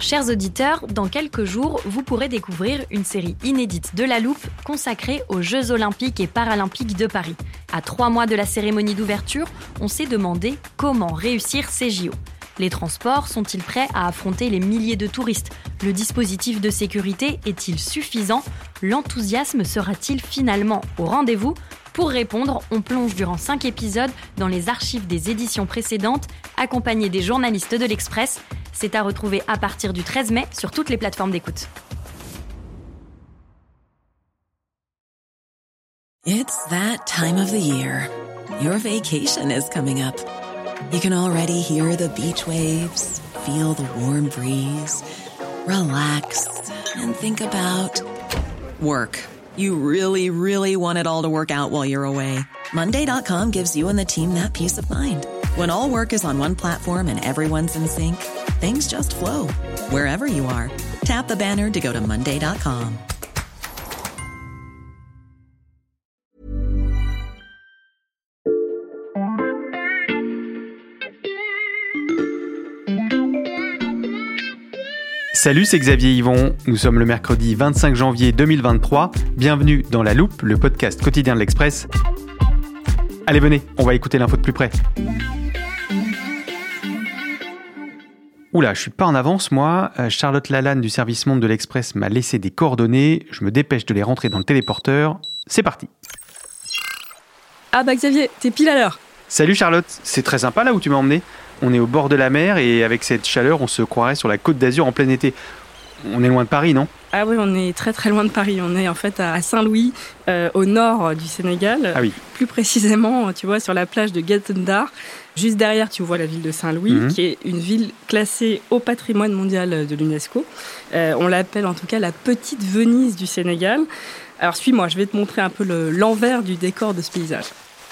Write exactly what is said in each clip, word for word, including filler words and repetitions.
Chers auditeurs, dans quelques jours, vous pourrez découvrir une série inédite de La Loupe consacrée aux Jeux Olympiques et Paralympiques de Paris. À trois mois de la cérémonie d'ouverture, on s'est demandé comment réussir ces J O. Les transports sont-ils prêts à affronter les milliers de touristes ? Le dispositif de sécurité est-il suffisant ? L'enthousiasme sera-t-il finalement au rendez-vous ? Pour répondre, on plonge durant cinq épisodes dans les archives des éditions précédentes, accompagnés des journalistes de l'Express. C'est à retrouver à partir du treize mai sur toutes les plateformes d'écoute. It's that time of the year. Your vacation is coming up. You can already hear the beach waves, feel the warm breeze, relax, and think about work. You really, really want it all to work out while you're away. Monday dot com gives you and the team that peace of mind. When all work is on one platform and everyone's in sync, things just flow. Wherever you are, tap the banner to go to Monday dot com. Salut, c'est Xavier Yvon. Nous sommes le mercredi vingt-cinq janvier deux mille vingt-trois. Bienvenue dans La Loupe, le podcast quotidien de l'Express. Allez, venez, on va écouter l'info de plus près. Oula, je suis pas en avance, moi. Charlotte Lalanne du service Monde de l'Express m'a laissé des coordonnées. Je me dépêche de les rentrer dans le téléporteur. C'est parti. Ah bah Xavier, t'es pile à l'heure. Salut Charlotte, c'est très sympa là où tu m'as emmené. On est au bord de la mer et avec cette chaleur, on se croirait sur la Côte d'Azur en plein été. On est loin de Paris, non ? Ah oui, on est très très loin de Paris. On est en fait à Saint-Louis, euh, au nord du Sénégal. Ah oui. Plus précisément, tu vois, sur la plage de Guet-Ndar. Juste derrière, tu vois la ville de Saint-Louis, mmh. qui est une ville classée au patrimoine mondial de l'UNESCO. Euh, on l'appelle en tout cas la petite Venise du Sénégal. Alors suis-moi, je vais te montrer un peu le, l'envers du décor de ce paysage.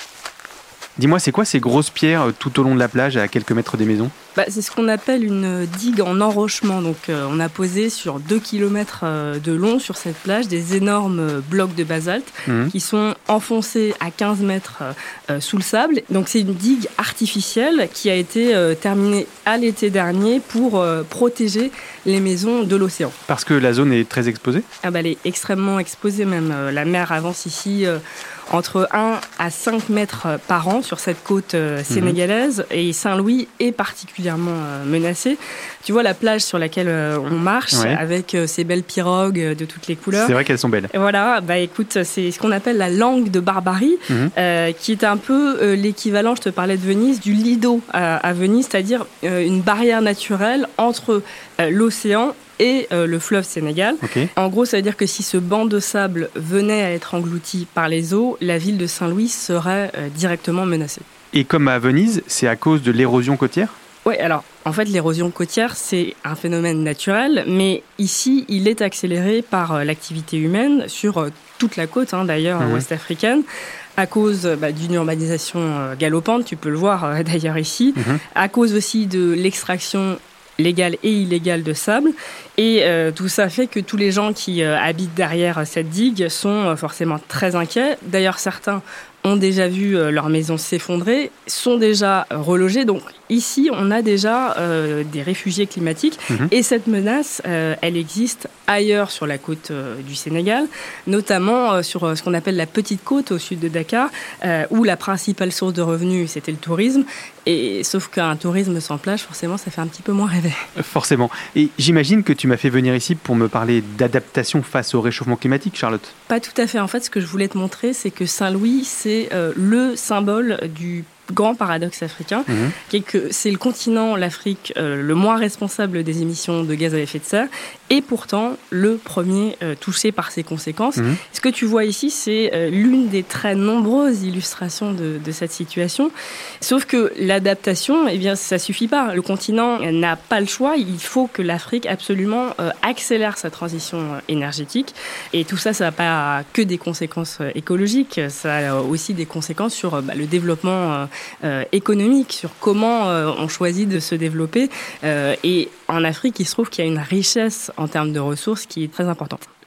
Dis-moi, c'est quoi ces grosses pierres tout au long de la plage, à quelques mètres des maisons ? Bah, c'est ce qu'on appelle une digue en enrochement. Donc, euh, on a posé sur deux kilomètres de long sur cette plage des énormes blocs de basalte mmh. qui sont enfoncés à quinze mètres euh, sous le sable. Donc, c'est une digue artificielle qui a été euh, terminée à l'été dernier pour euh, protéger les maisons de l'océan. Parce que la zone est très exposée ? Ah bah, elle est extrêmement exposée même. La mer avance ici euh, entre un à cinq mètres par an sur cette côte euh, sénégalaise mmh. et Saint-Louis est particulièrement euh, menacée. Tu vois la plage sur laquelle euh, on marche ouais. avec euh, ces belles pirogues de toutes les couleurs. C'est vrai qu'elles sont belles. Et voilà, bah écoute, c'est ce qu'on appelle la langue de Barbarie, mmh. euh, qui est un peu euh, l'équivalent, je te parlais de Venise, du Lido à, à Venise, c'est-à-dire euh, une barrière naturelle entre euh, l'océan et euh, le fleuve Sénégal. Okay. En gros, ça veut dire que si ce banc de sable venait à être englouti par les eaux, la ville de Saint-Louis serait euh, directement menacée. Et comme à Venise, c'est à cause de l'érosion côtière ? Oui, alors en fait, l'érosion côtière, c'est un phénomène naturel, mais ici, il est accéléré par euh, l'activité humaine sur euh, toute la côte, hein, d'ailleurs, mmh. ouest africaine, à cause bah, d'une urbanisation euh, galopante, tu peux le voir euh, d'ailleurs ici, mmh. à cause aussi de l'extraction légale et illégale de sable. Et euh, tout ça fait que tous les gens qui euh, habitent derrière cette digue sont euh, forcément très inquiets. D'ailleurs, certains ont déjà vu euh, leur maison s'effondrer, sont déjà euh, relogés. Donc ici, on a déjà euh, des réfugiés climatiques. Mmh. Et cette menace, euh, elle existe ailleurs sur la côte euh, du Sénégal, notamment euh, sur euh, ce qu'on appelle la petite côte au sud de Dakar, euh, où la principale source de revenus, c'était le tourisme. Et sauf qu'un tourisme sans plage, forcément, ça fait un petit peu moins rêver. Forcément. Et j'imagine que tu m'as fait venir ici pour me parler d'adaptation face au réchauffement climatique, Charlotte. Pas tout à fait. En fait, ce que je voulais te montrer, c'est que Saint-Louis, c'est euh, le symbole du grand paradoxe africain, mmh. qui est que c'est le continent, l'Afrique, euh, le moins responsable des émissions de gaz à effet de serre, et pourtant le premier euh, touché par ces conséquences. Mmh. Ce que tu vois ici, c'est euh, l'une des très nombreuses illustrations de, de cette situation. Sauf que l'adaptation, eh bien, ça suffit pas. Le continent n'a pas le choix. Il faut que l'Afrique absolument euh, accélère sa transition euh, énergétique. Et tout ça, ça n'a pas que des conséquences euh, écologiques, ça a aussi des conséquences sur euh, bah, le développement euh, Euh, économique, sur comment euh, on choisit de se développer. Euh, et en Afrique, il se trouve qu'il y a une richesse en termes de ressources qui est très importante.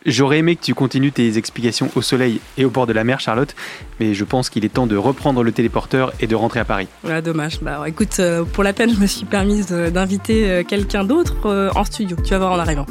J'aurais aimé que tu continues tes explications au soleil et au bord de la mer, Charlotte, mais je pense qu'il est temps de reprendre le téléporteur et de rentrer à Paris. Ouais, dommage. Bah, alors, écoute, euh, pour la peine, je me suis permise de, d'inviter euh, quelqu'un d'autre euh, en studio. Tu vas voir en arrivant.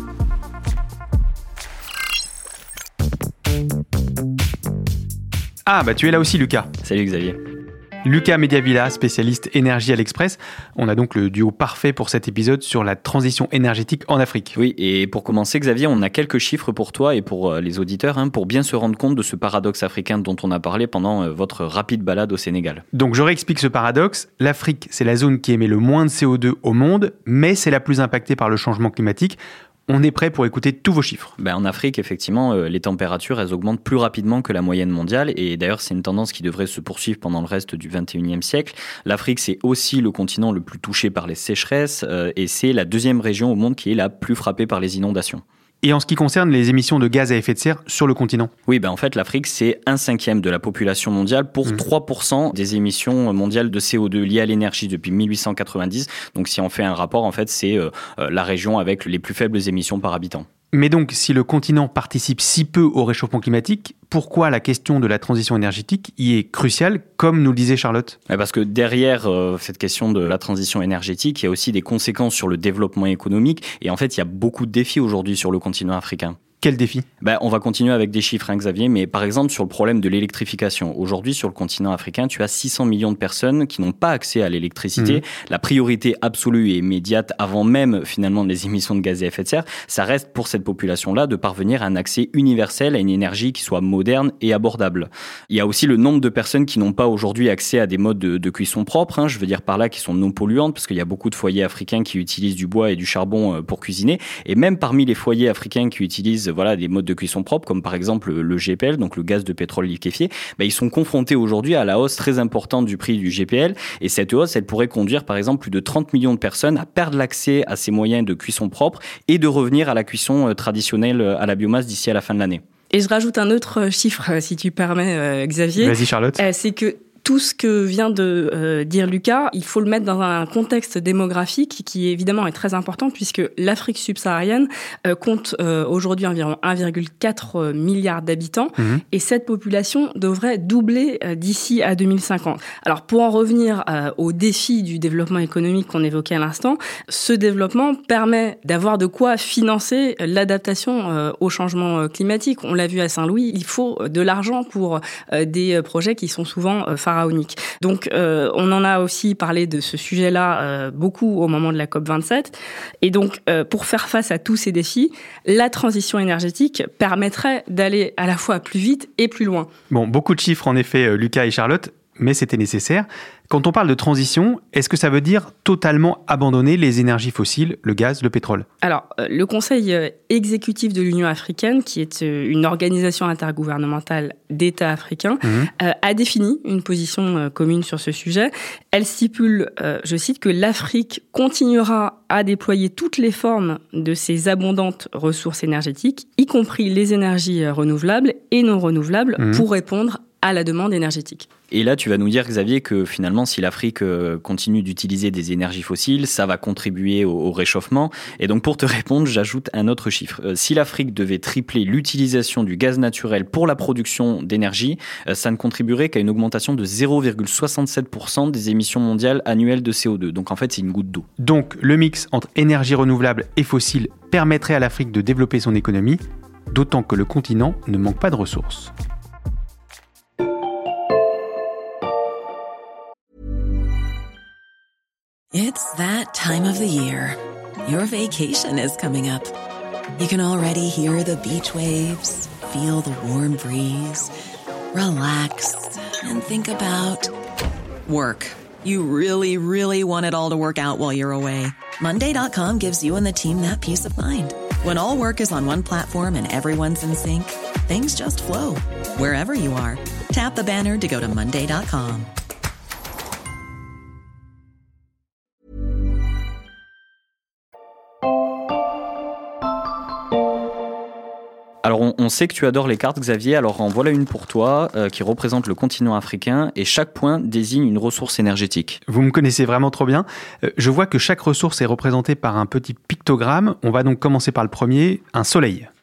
Ah, bah tu es là aussi, Lucas. Salut Xavier. Lucas Mediavilla, spécialiste énergie à l'Express. On a donc le duo parfait pour cet épisode sur la transition énergétique en Afrique. Oui, et pour commencer, Xavier, on a quelques chiffres pour toi et pour les auditeurs, hein, pour bien se rendre compte de ce paradoxe africain dont on a parlé pendant votre rapide balade au Sénégal. Donc je réexplique ce paradoxe. L'Afrique, c'est la zone qui émet le moins de C O deux au monde, mais c'est la plus impactée par le changement climatique. On est prêt pour écouter tous vos chiffres. Ben en Afrique, effectivement, euh, les températures, elles augmentent plus rapidement que la moyenne mondiale. Et d'ailleurs, c'est une tendance qui devrait se poursuivre pendant le reste du vingt et unième siècle. L'Afrique, c'est aussi le continent le plus touché par les sécheresses. Euh, et c'est la deuxième région au monde qui est la plus frappée par les inondations. Et en ce qui concerne les émissions de gaz à effet de serre sur le continent ? Oui, ben en fait, l'Afrique, c'est un cinquième de la population mondiale pour mmh. trois pour cent des émissions mondiales de C O deux liées à l'énergie depuis mille huit cent quatre-vingt-dix. Donc, si on fait un rapport, en fait, c'est euh, la région avec les plus faibles émissions par habitant. Mais donc, si le continent participe si peu au réchauffement climatique, pourquoi la question de la transition énergétique y est cruciale, comme nous le disait Charlotte ? Parce que derrière euh, cette question de la transition énergétique, il y a aussi des conséquences sur le développement économique. Et en fait, il y a beaucoup de défis aujourd'hui sur le continent africain. Quel défi ? Ben, on va continuer avec des chiffres, hein, Xavier, mais par exemple sur le problème de l'électrification. Aujourd'hui, sur le continent africain, tu as six cents millions de personnes qui n'ont pas accès à l'électricité. Mmh. La priorité absolue et immédiate, avant même finalement les émissions de gaz à effet de serre, ça reste pour cette population-là de parvenir à un accès universel à une énergie qui soit moderne et abordable. Il y a aussi le nombre de personnes qui n'ont pas aujourd'hui accès à des modes de, de cuisson propres, hein, je veux dire par là qui sont non polluantes, parce qu'il y a beaucoup de foyers africains qui utilisent du bois et du charbon pour cuisiner. Et même parmi les foyers africains qui utilisent voilà, des modes de cuisson propres, comme par exemple le G P L, donc le gaz de pétrole liquéfié, ben, ils sont confrontés aujourd'hui à la hausse très importante du prix du G P L. Et cette hausse, elle pourrait conduire par exemple plus de trente millions de personnes à perdre l'accès à ces moyens de cuisson propre et de revenir à la cuisson traditionnelle à la biomasse d'ici à la fin de l'année. Et je rajoute un autre chiffre, si tu permets, Xavier. Vas-y, Charlotte. Euh, c'est que tout ce que vient de euh, dire Lucas, il faut le mettre dans un contexte démographique qui évidemment est très important puisque l'Afrique subsaharienne euh, compte euh, aujourd'hui environ un virgule quatre milliard d'habitants mmh. et cette population devrait doubler euh, d'ici à deux mille cinquante. Alors pour en revenir euh, au défi du développement économique qu'on évoquait à l'instant, ce développement permet d'avoir de quoi financer l'adaptation euh, au changement climatique. On l'a vu à Saint-Louis, il faut de l'argent pour euh, des projets qui sont souvent euh, pharaonique. Donc, euh, on en a aussi parlé de ce sujet-là euh, beaucoup au moment de la COP vingt-sept. Et donc, euh, pour faire face à tous ces défis, la transition énergétique permettrait d'aller à la fois plus vite et plus loin. Bon, beaucoup de chiffres en effet, Lucas et Charlotte, mais c'était nécessaire. Quand on parle de transition, est-ce que ça veut dire totalement abandonner les énergies fossiles, le gaz, le pétrole ? Alors, le Conseil exécutif de l'Union africaine, qui est une organisation intergouvernementale d'États africains, mmh. euh, a défini une position euh, commune sur ce sujet. Elle stipule, euh, je cite, que l'Afrique continuera à déployer toutes les formes de ses abondantes ressources énergétiques, y compris les énergies renouvelables et non renouvelables, mmh. pour répondre à la demande énergétique. Et là, tu vas nous dire, Xavier, que finalement, si l'Afrique continue d'utiliser des énergies fossiles, ça va contribuer au, au réchauffement. Et donc, pour te répondre, j'ajoute un autre chiffre. Euh, si l'Afrique devait tripler l'utilisation du gaz naturel pour la production d'énergie, euh, ça ne contribuerait qu'à une augmentation de zéro virgule soixante-sept pour cent des émissions mondiales annuelles de C O deux. Donc, en fait, c'est une goutte d'eau. Donc, le mix entre énergie renouvelable et fossile permettrait à l'Afrique de développer son économie, d'autant que le continent ne manque pas de ressources. It's that time of the year. Your vacation is coming up. You can already hear the beach waves, feel the warm breeze, relax, and think about work. You really, really want it all to work out while you're away. Monday dot com gives you and the team that peace of mind. When all work is on one platform and everyone's in sync, things just flow. Wherever you are, tap the banner to go to Monday dot com. Alors on, on sait que tu adores les cartes, Xavier, alors en voilà une pour toi euh, qui représente le continent africain et chaque point désigne une ressource énergétique. Vous me connaissez vraiment trop bien. Euh, je vois que chaque ressource est représentée par un petit pictogramme. On va donc commencer par le premier, un soleil.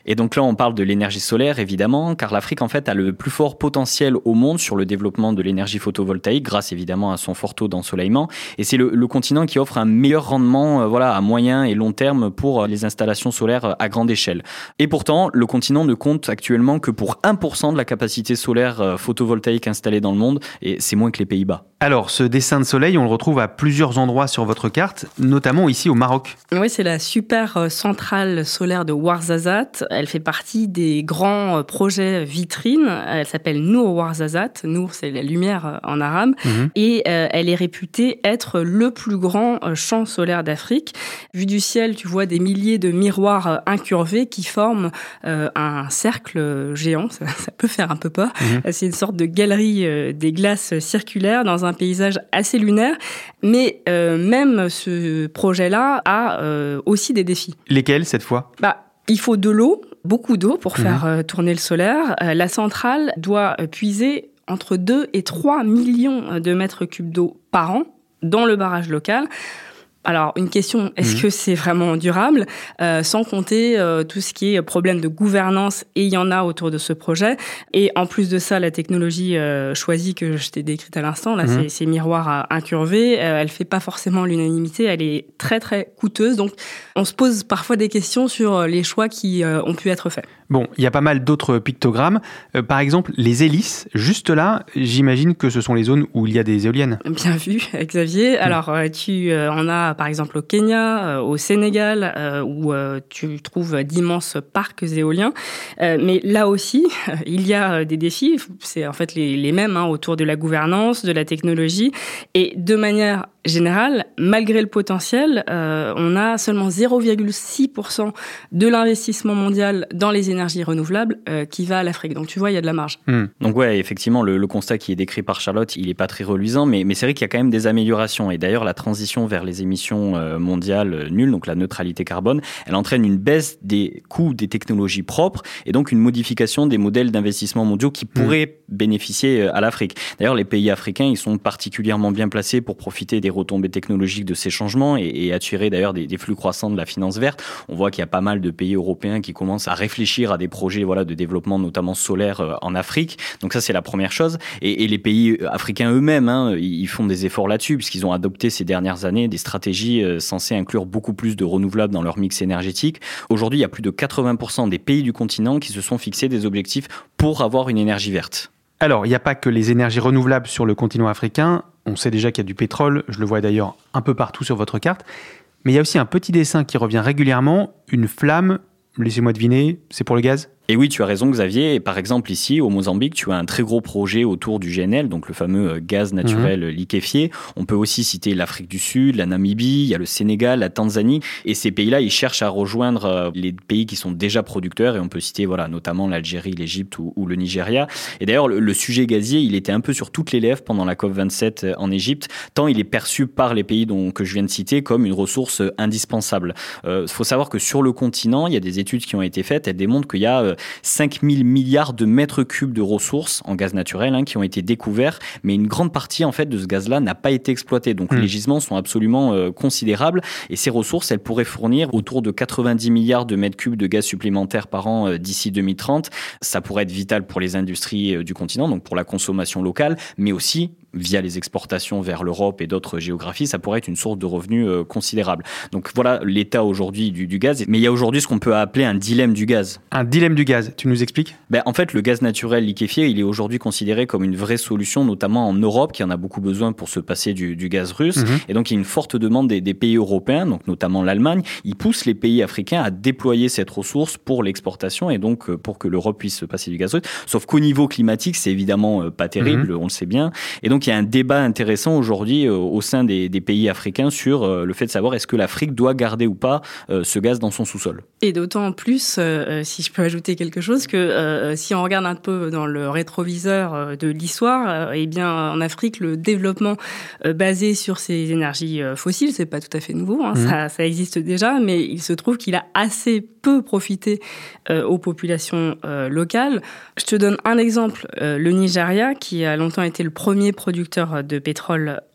Et donc là, on parle de l'énergie solaire, évidemment, car l'Afrique, en fait, a le plus fort potentiel au monde sur le développement de l'énergie photovoltaïque, grâce évidemment à son fort taux d'ensoleillement. Et c'est le, le continent qui offre un meilleur rendement euh, voilà, à moyen et long terme pour les installations solaires à grande échelle. Et pourtant, le continent ne compte actuellement que pour un pour cent de la capacité solaire photovoltaïque installée dans le monde, et c'est moins que les Pays-Bas. Alors, ce dessin de soleil, on le retrouve à plusieurs endroits sur votre carte, notamment ici au Maroc. Oui, c'est la super centrale solaire de Ouarzazate. Elle fait partie des grands projets vitrines. Elle s'appelle Nour Ouarzazate. Nour, c'est la lumière en arabe. Mmh. Et euh, elle est réputée être le plus grand champ solaire d'Afrique. Vu du ciel, tu vois des milliers de miroirs incurvés qui forment euh, un cercle géant. Ça, ça peut faire un peu peur. Mmh. C'est une sorte de galerie euh, des glaces circulaires dans un un paysage assez lunaire, mais euh, même ce projet-là a euh, aussi des défis. Lesquels, cette fois ? Bah, il faut de l'eau, beaucoup d'eau pour mmh. faire euh, tourner le solaire. Euh, la centrale doit euh, puiser entre deux et trois millions de mètres cubes d'eau par an dans le barrage local. Alors, une question, est-ce mmh. que c'est vraiment durable ? euh, Sans compter euh, tout ce qui est problème de gouvernance, et il y en a autour de ce projet. Et en plus de ça, la technologie euh, choisie que je t'ai décrite à l'instant, là, mmh. ces, ces miroirs incurvés, euh, elle fait pas forcément l'unanimité, elle est très très coûteuse. Donc, on se pose parfois des questions sur les choix qui euh, ont pu être faits. Bon, il y a pas mal d'autres pictogrammes. Euh, par exemple, les hélices, juste là, j'imagine que ce sont les zones où il y a des éoliennes. Bien vu, Xavier. Mmh. Alors, euh, tu euh, en as par exemple au Kenya, euh, au Sénégal, euh, où euh, tu trouves d'immenses parcs éoliens. Euh, mais là aussi, il y a des défis. C'est en fait les, les mêmes hein, autour de la gouvernance, de la technologie. Et de manière générale, malgré le potentiel, euh, on a seulement zéro virgule six pour cent de l'investissement mondial dans les énergies renouvelables euh, qui va à l'Afrique. Donc tu vois, il y a de la marge. Mmh. Donc ouais, effectivement, le, le constat qui est décrit par Charlotte, il n'est pas très reluisant, mais, mais c'est vrai qu'il y a quand même des améliorations. Et d'ailleurs, la transition vers les émissions euh, mondiales nulles, donc la neutralité carbone, elle entraîne une baisse des coûts des technologies propres et donc une modification des modèles d'investissement mondiaux qui pourraient mmh. bénéficier à l'Afrique. D'ailleurs, les pays africains, ils sont particulièrement bien placés pour profiter des retombées technologiques de ces changements et, et attirer d'ailleurs des, des flux croissants de la finance verte. On voit qu'il y a pas mal de pays européens qui commencent à réfléchir à des projets voilà, de développement, notamment solaire euh, en Afrique. Donc ça, c'est la première chose. Et, et les pays africains eux-mêmes, hein, ils font des efforts là-dessus puisqu'ils ont adopté ces dernières années des stratégies euh, censées inclure beaucoup plus de renouvelables dans leur mix énergétique. Aujourd'hui, il y a plus de quatre-vingts pour cent des pays du continent qui se sont fixés des objectifs pour avoir une énergie verte. Alors, il n'y a pas que les énergies renouvelables sur le continent africain. On sait déjà qu'il y a du pétrole, je le vois d'ailleurs un peu partout sur votre carte. Mais il y a aussi un petit dessin qui revient régulièrement, une flamme. Laissez-moi deviner, c'est pour le gaz ? Et oui, tu as raison Xavier. Et par exemple ici, au Mozambique, tu as un très gros projet autour du G N L, donc le fameux gaz naturel mmh. liquéfié. On peut aussi citer l'Afrique du Sud, la Namibie, il y a le Sénégal, la Tanzanie. Et ces pays-là, ils cherchent à rejoindre les pays qui sont déjà producteurs. Et on peut citer voilà, notamment l'Algérie, l'Égypte ou, ou le Nigeria. Et d'ailleurs, le, le sujet gazier, il était un peu sur toutes les lèvres pendant la COP vingt-sept en Égypte, tant il est perçu par les pays dont, que je viens de citer comme une ressource indispensable. Il euh, faut savoir que sur le continent, il y a des études qui ont été faites. Elles démontrent qu'il y a euh, cinq mille milliards de mètres cubes de ressources en gaz naturel hein, qui ont été découverts, mais une grande partie en fait de ce gaz-là n'a pas été exploitée. Donc mmh. les gisements sont absolument euh, considérables et ces ressources, elles pourraient fournir autour de quatre-vingt-dix milliards de mètres cubes de gaz supplémentaires par an euh, d'ici deux mille trente. Ça pourrait être vital pour les industries euh, du continent, donc pour la consommation locale, mais aussi via les exportations vers l'Europe et d'autres géographies, ça pourrait être une source de revenus euh, considérable. Donc voilà l'état aujourd'hui du, du gaz. Mais il y a aujourd'hui ce qu'on peut appeler un dilemme du gaz. Un dilemme du gaz, tu nous expliques ? Ben, en fait, le gaz naturel liquéfié, il est aujourd'hui considéré comme une vraie solution, notamment en Europe, qui en a beaucoup besoin pour se passer du, du gaz russe. Mmh. Et donc, il y a une forte demande des, des pays européens, donc notamment l'Allemagne. Ils poussent les pays africains à déployer cette ressource pour l'exportation et donc pour que l'Europe puisse se passer du gaz russe. Sauf qu'au niveau climatique, c'est évidemment pas terrible, mmh. on le sait bien. Et donc, il y a un débat intéressant aujourd'hui euh, au sein des, des pays africains sur euh, le fait de savoir est-ce que l'Afrique doit garder ou pas euh, ce gaz dans son sous-sol. Et d'autant plus, euh, si je peux ajouter quelque chose, que euh, si on regarde un peu dans le rétroviseur euh, de l'histoire, euh, eh bien en Afrique, le développement euh, basé sur ces énergies euh, fossiles, c'est pas tout à fait nouveau, hein, mmh. ça, ça existe déjà, mais il se trouve qu'il a assez peu profité euh, aux populations euh, locales. Je te donne un exemple, euh, le Nigeria, qui a longtemps été le premier producteur de pétrole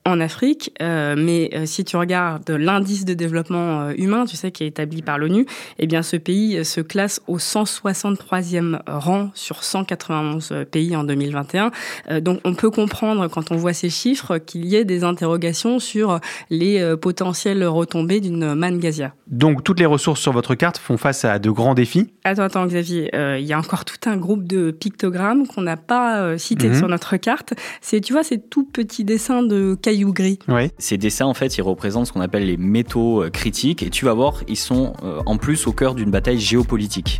en Afrique, euh, mais euh, si tu regardes l'indice de développement euh, humain, tu sais, qui est établi par l'ONU, eh bien, ce pays se classe au cent soixante-troisième rang sur cent quatre-vingt-onze pays en deux mille vingt et un. Euh, donc, on peut comprendre, quand on voit ces chiffres, qu'il y ait des interrogations sur les euh, potentielles retombées d'une manne gazière. Donc, toutes les ressources sur votre carte font face à de grands défis. Attends, attends, Xavier, euh, il y a encore tout un groupe de pictogrammes qu'on n'a pas euh, cités mmh. sur notre carte. C'est, tu vois, ces tout petits dessins de cailloux gris. Oui. Ces dessins, en fait, ils représentent ce qu'on appelle les métaux euh, critiques. Et tu vas voir, ils sont euh, en plus au cœur d'une bataille géopolitique.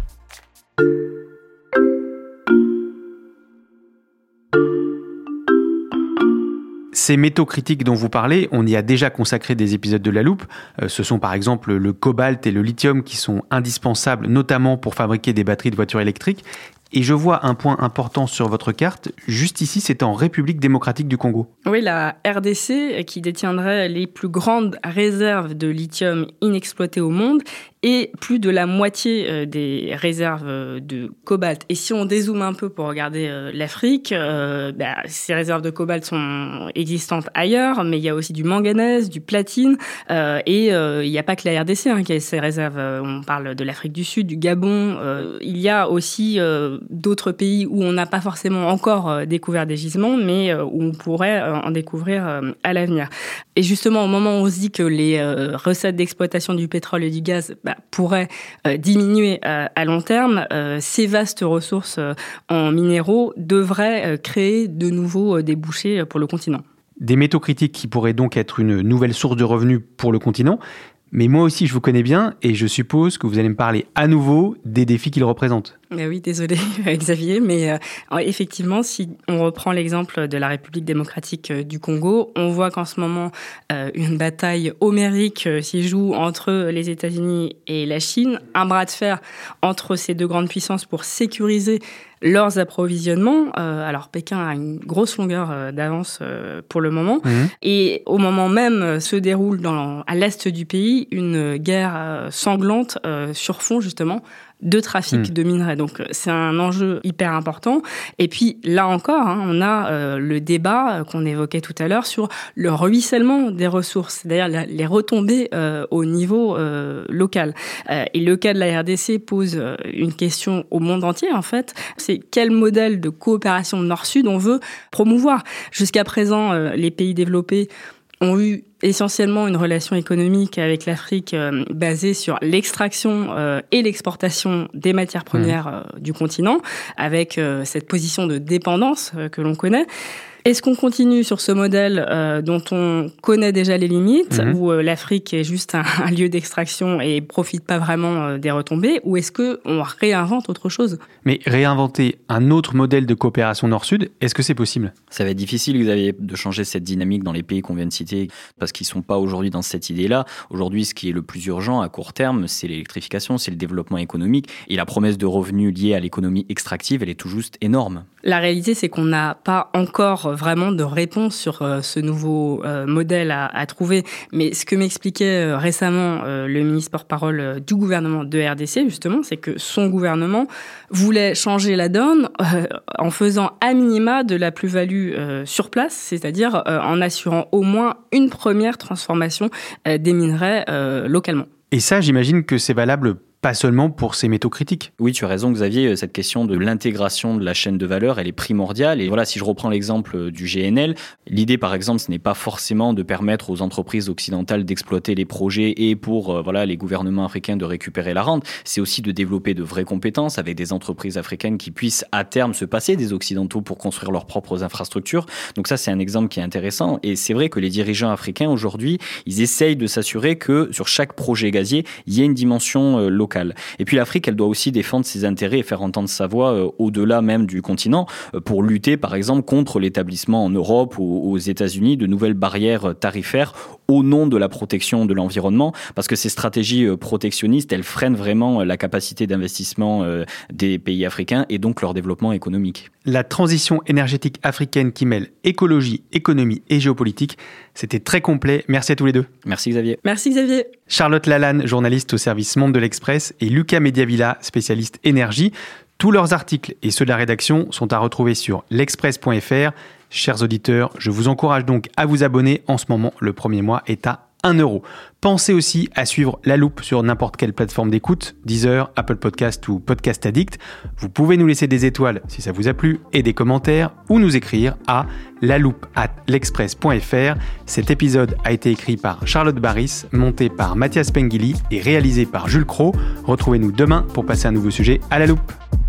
Ces métaux critiques dont vous parlez, on y a déjà consacré des épisodes de La Loupe. Euh, ce sont par exemple le cobalt et le lithium qui sont indispensables, notamment pour fabriquer des batteries de voitures électriques. Et je vois un point important sur votre carte. Juste ici, c'est en République démocratique du Congo. Oui, la R D C, qui détiendrait les plus grandes réserves de lithium inexploitées au monde et plus de la moitié des réserves de cobalt. Et si on dézoome un peu pour regarder l'Afrique, euh, bah, ces réserves de cobalt sont existantes ailleurs, mais il y a aussi du manganèse, du platine, euh, et euh, il n'y a pas que la R D C hein, qui a ces réserves. On parle de l'Afrique du Sud, du Gabon. Euh, il y a aussi euh, d'autres pays où on n'a pas forcément encore euh, découvert des gisements, mais euh, où on pourrait euh, en découvrir euh, à l'avenir. Et justement, au moment où on se dit que les euh, recettes d'exploitation du pétrole et du gaz bah, pourraient euh, diminuer euh, à long terme, euh, ces vastes ressources euh, en minéraux devraient euh, créer de nouveaux euh, débouchés pour le continent. Des métaux critiques qui pourraient donc être une nouvelle source de revenus pour le continent. Mais moi aussi, je vous connais bien et je suppose que vous allez me parler à nouveau des défis qu'ils représentent. Mais oui, désolé Xavier, mais euh, effectivement, si on reprend l'exemple de la République démocratique du Congo, on voit qu'en ce moment, euh, une bataille homérique euh, s'y joue entre les États-Unis et la Chine, un bras de fer entre ces deux grandes puissances pour sécuriser leurs approvisionnements. Euh, alors, Pékin a une grosse longueur euh, d'avance euh, pour le moment. Mmh. Et au moment même, euh, se déroule dans, à l'est du pays une guerre euh, sanglante euh, sur fond, justement, de trafic mmh. de minerais. Donc, c'est un enjeu hyper important. Et puis, là encore, hein, on a euh, le débat euh, qu'on évoquait tout à l'heure sur le ruissellement des ressources, c'est-à-dire la, les retombées euh, au niveau euh, local. Euh, et le cas de la R D C pose euh, une question au monde entier, en fait. C'est quel modèle de coopération nord-sud on veut promouvoir. Jusqu'à présent, euh, les pays développés ont eu essentiellement une relation économique avec l'Afrique euh, basée sur l'extraction euh, et l'exportation des matières premières euh, du continent, avec euh, cette position de dépendance euh, que l'on connaît. Est-ce qu'on continue sur ce modèle euh, dont on connaît déjà les limites, mmh. où euh, l'Afrique est juste un, un lieu d'extraction et profite pas vraiment euh, des retombées, ou est-ce qu'on réinvente autre chose ? Mais réinventer un autre modèle de coopération nord-sud, est-ce que c'est possible ? Ça va être difficile, Xavier, de changer cette dynamique dans les pays qu'on vient de citer, parce qu'ils sont pas aujourd'hui dans cette idée-là. Aujourd'hui, ce qui est le plus urgent à court terme, c'est l'électrification, c'est le développement économique, et la promesse de revenus liée à l'économie extractive, elle est tout juste énorme. La réalité, c'est qu'on n'a pas encore vraiment de réponse sur euh, ce nouveau euh, modèle à, à trouver. Mais ce que m'expliquait euh, récemment euh, le ministre porte-parole euh, du gouvernement de R D C, justement, c'est que son gouvernement voulait changer la donne euh, en faisant à minima de la plus-value euh, sur place, c'est-à-dire euh, en assurant au moins une première transformation euh, des minerais euh, localement. Et ça, j'imagine que c'est valable pas seulement pour ces métaux critiques. Oui, tu as raison, Xavier. Cette question de l'intégration de la chaîne de valeur, elle est primordiale. Et voilà, si je reprends l'exemple du G N L, l'idée, par exemple, ce n'est pas forcément de permettre aux entreprises occidentales d'exploiter les projets et pour euh, voilà, les gouvernements africains de récupérer la rente. C'est aussi de développer de vraies compétences avec des entreprises africaines qui puissent à terme se passer des Occidentaux pour construire leurs propres infrastructures. Donc ça, c'est un exemple qui est intéressant. Et c'est vrai que les dirigeants africains, aujourd'hui, ils essayent de s'assurer que sur chaque projet gazier, il y ait une dimension euh, locale. Et puis l'Afrique, elle doit aussi défendre ses intérêts et faire entendre sa voix euh, au-delà même du continent euh, pour lutter, par exemple, contre l'établissement en Europe ou aux États-Unis de nouvelles barrières tarifaires au nom de la protection de l'environnement, parce que ces stratégies euh, protectionnistes, elles freinent vraiment euh, la capacité d'investissement euh, des pays africains et donc leur développement économique. La transition énergétique africaine qui mêle écologie, économie et géopolitique, c'était très complet. Merci à tous les deux. Merci Xavier. Merci Xavier. Charlotte Lalanne, journaliste au service Monde de l'Express, et Lucas Mediavilla, spécialiste énergie. Tous leurs articles et ceux de la rédaction sont à retrouver sur l'express point f r. Chers auditeurs, je vous encourage donc à vous abonner. En ce moment, le premier mois est à un euro. Pensez aussi à suivre La Loupe sur n'importe quelle plateforme d'écoute, Deezer, Apple Podcast ou Podcast Addict. Vous pouvez nous laisser des étoiles si ça vous a plu et des commentaires ou nous écrire à laloupe arobase l'express point f r. Cet épisode a été écrit par Charlotte Baris, monté par Mathias Pengili et réalisé par Jules Cros. Retrouvez-nous demain pour passer un nouveau sujet à La Loupe.